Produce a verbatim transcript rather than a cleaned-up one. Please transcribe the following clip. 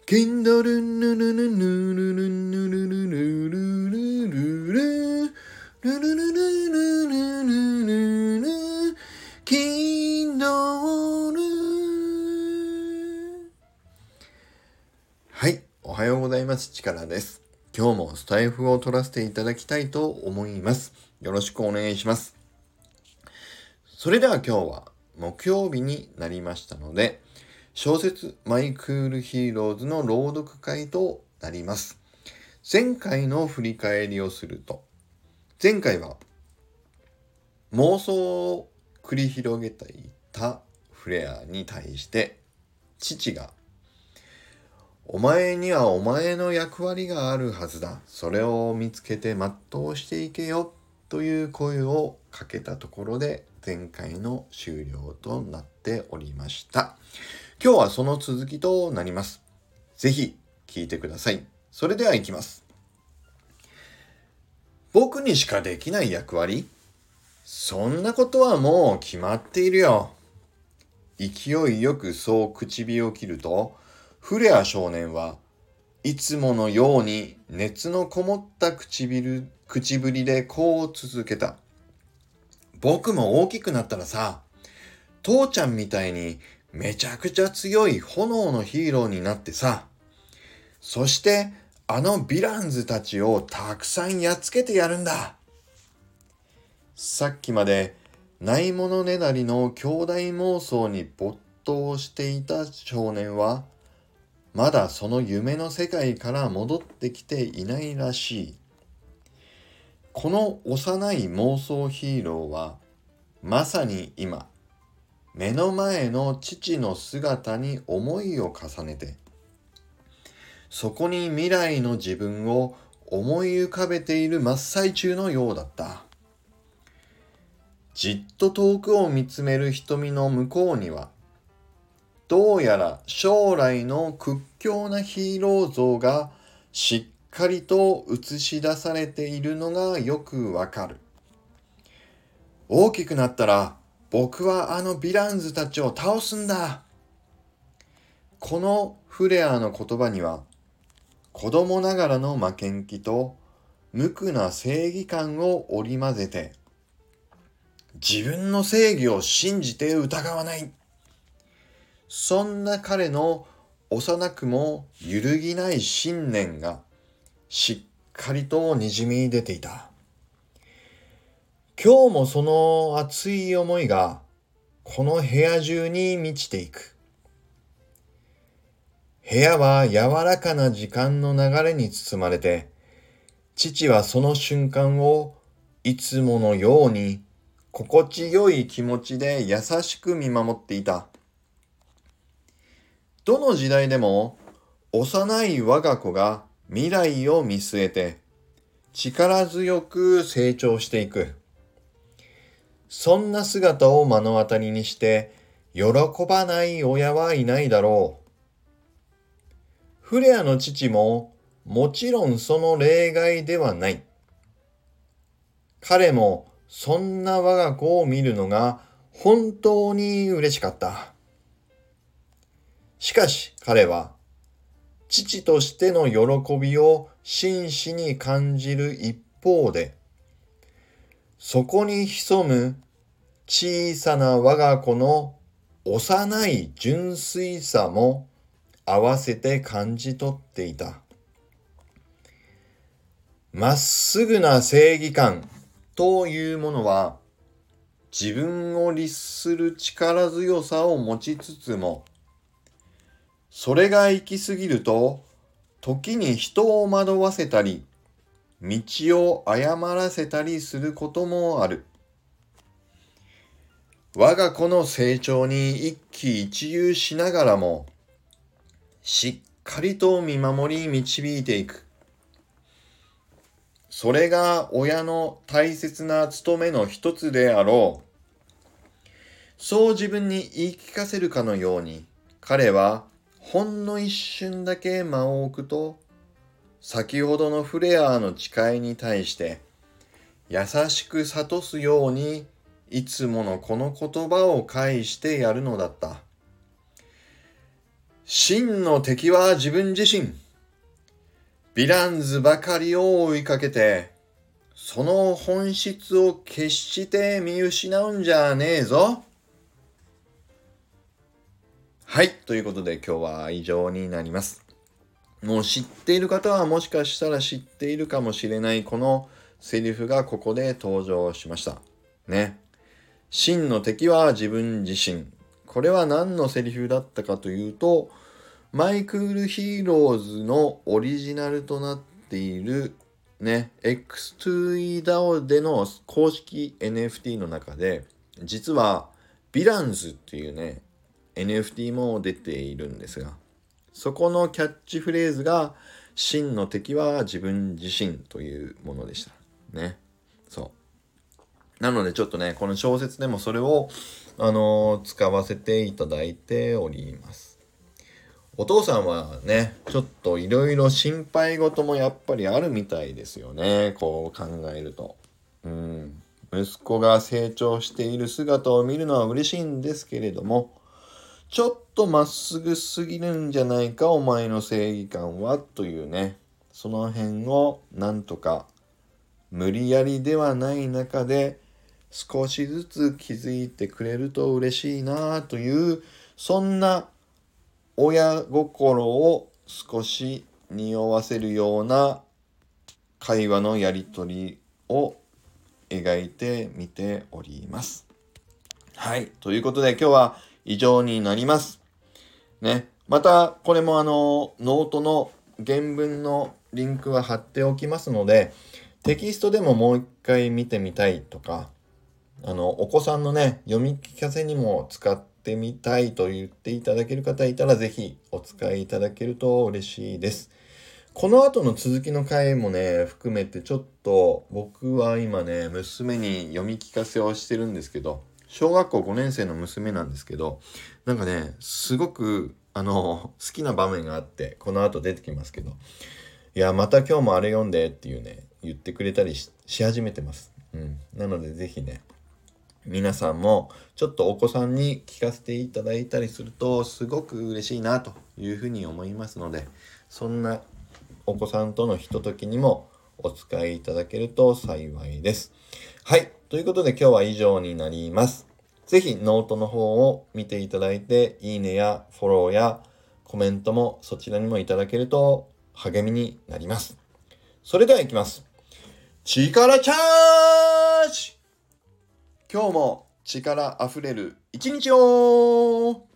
キンドルヌルヌルヌルヌルヌルヌルヌルルルルルルルルルルルルルキンドル。はい、おはようございます。チカラです。今日もスタイフを取らせていただきたいと思います。よろしくお願いします。それでは今日は木曜日になりましたので、小説マイクールヒーローズの朗読会となります。前回の振り返りをすると、前回は妄想を繰り広げていたフレアに対して父が、お前にはお前の役割があるはずだ。それを見つけて全うしていけよという声をかけたところで前回の終了となっておりました。今日はその続きとなります。ぜひ聞いてください。それでは行きます。僕にしかできない役割？そんなことはもう決まっているよ。勢いよくそう唇を切ると、フレア少年はいつものように熱のこもった唇、口ぶりでこう続けた。僕も大きくなったらさ、父ちゃんみたいにめちゃくちゃ強い炎のヒーローになってさ、そしてあのヴィランズたちをたくさんやっつけてやるんだ。さっきまでないものねだりの兄弟妄想に没頭していた少年は、まだその夢の世界から戻ってきていないらしい。この幼い妄想ヒーローは、まさに今、目の前の父の姿に思いを重ねて、そこに未来の自分を思い浮かべている真っ最中のようだった。じっと遠くを見つめる瞳の向こうには、どうやら将来の屈強なヒーロー像がしっかりと映し出されているのがよくわかる。大きくなったら僕はあのヴィランズたちを倒すんだ。このフレアの言葉には、子供ながらの負けん気と無垢な正義感を織り交ぜて、自分の正義を信じて疑わない。そんな彼の幼くも揺るぎない信念がしっかりとにじみ出ていた。今日もその熱い思いがこの部屋中に満ちていく。部屋は柔らかな時間の流れに包まれて、父はその瞬間をいつものように心地よい気持ちで優しく見守っていた。どの時代でも幼い我が子が未来を見据えて力強く成長していく。そんな姿を目の当たりにして喜ばない親はいないだろう。フレアの父ももちろんその例外ではない。彼もそんな我が子を見るのが本当に嬉しかった。しかし彼は父としての喜びを真摯に感じる一方で、そこに潜む小さな我が子の幼い純粋さも合わせて感じ取っていた。まっすぐな正義感というものは、自分を律する力強さを持ちつつも、それが行き過ぎると、時に人を惑わせたり、道を誤らせたりすることもある。我が子の成長に一喜一憂しながらも、しっかりと見守り導いていく。それが親の大切な務めの一つであろう。そう自分に言い聞かせるかのように、彼はほんの一瞬だけ間を置くと、先ほどのフレアの誓いに対して優しく諭すように、いつものこの言葉を返してやるのだった。 真の敵は自分自身。ヴィランズばかりを追いかけて、その本質を決して見失うんじゃねえぞ。はい。ということで今日は以上になります。もう知っている方はもしかしたら知っているかもしれないこのセリフがここで登場しました。ね。真の敵は自分自身。これは何のセリフだったかというと、マイクールヒーローズのオリジナルとなっているね、エックスツーイーダオ での公式 エヌエフティー の中で、実はヴィランズっていうね、エヌエフティー も出ているんですが、そこのキャッチフレーズが真の敵は自分自身というものでしたね。そうなのでちょっとね、この小説でもそれをあのー、使わせていただいております。お父さんはね、ちょっといろいろ心配事もやっぱりあるみたいですよね。こう考えると。うん。息子が成長している姿を見るのは嬉しいんですけれども、ちょっとまっすぐすぎるんじゃないか、お前の正義感は、というね、その辺をなんとか無理やりではない中で少しずつ気づいてくれると嬉しいなという、そんな親心を少し匂わせるような会話のやり取りを描いてみております。はい。ということで今日は以上になります。ね。またこれもあのノートの原文のリンクは貼っておきますので、テキストでももう一回見てみたいとか、あのお子さんのね読み聞かせにも使ってみたいと言っていただける方いたら、ぜひお使いいただけると嬉しいです。この後の続きの回もね含めて、ちょっと僕は今ね娘に読み聞かせをしてるんですけど、小学校ごねん生の娘なんですけど、なんかねすごくあの好きな場面があって、この後出てきますけど、いやまた今日もあれ読んでっていうね言ってくれたり し, し始めてます。うん、なのでぜひね皆さんもちょっとお子さんに聞かせていただいたりするとすごく嬉しいなというふうに思いますので、そんなお子さんとのひとときにもお使いいただけると幸いです。はい。ということで今日は以上になります。ぜひノートの方を見ていただいて、いいねやフォローやコメントもそちらにもいただけると励みになります。それでは行きます。力チャージ！今日も力あふれる一日を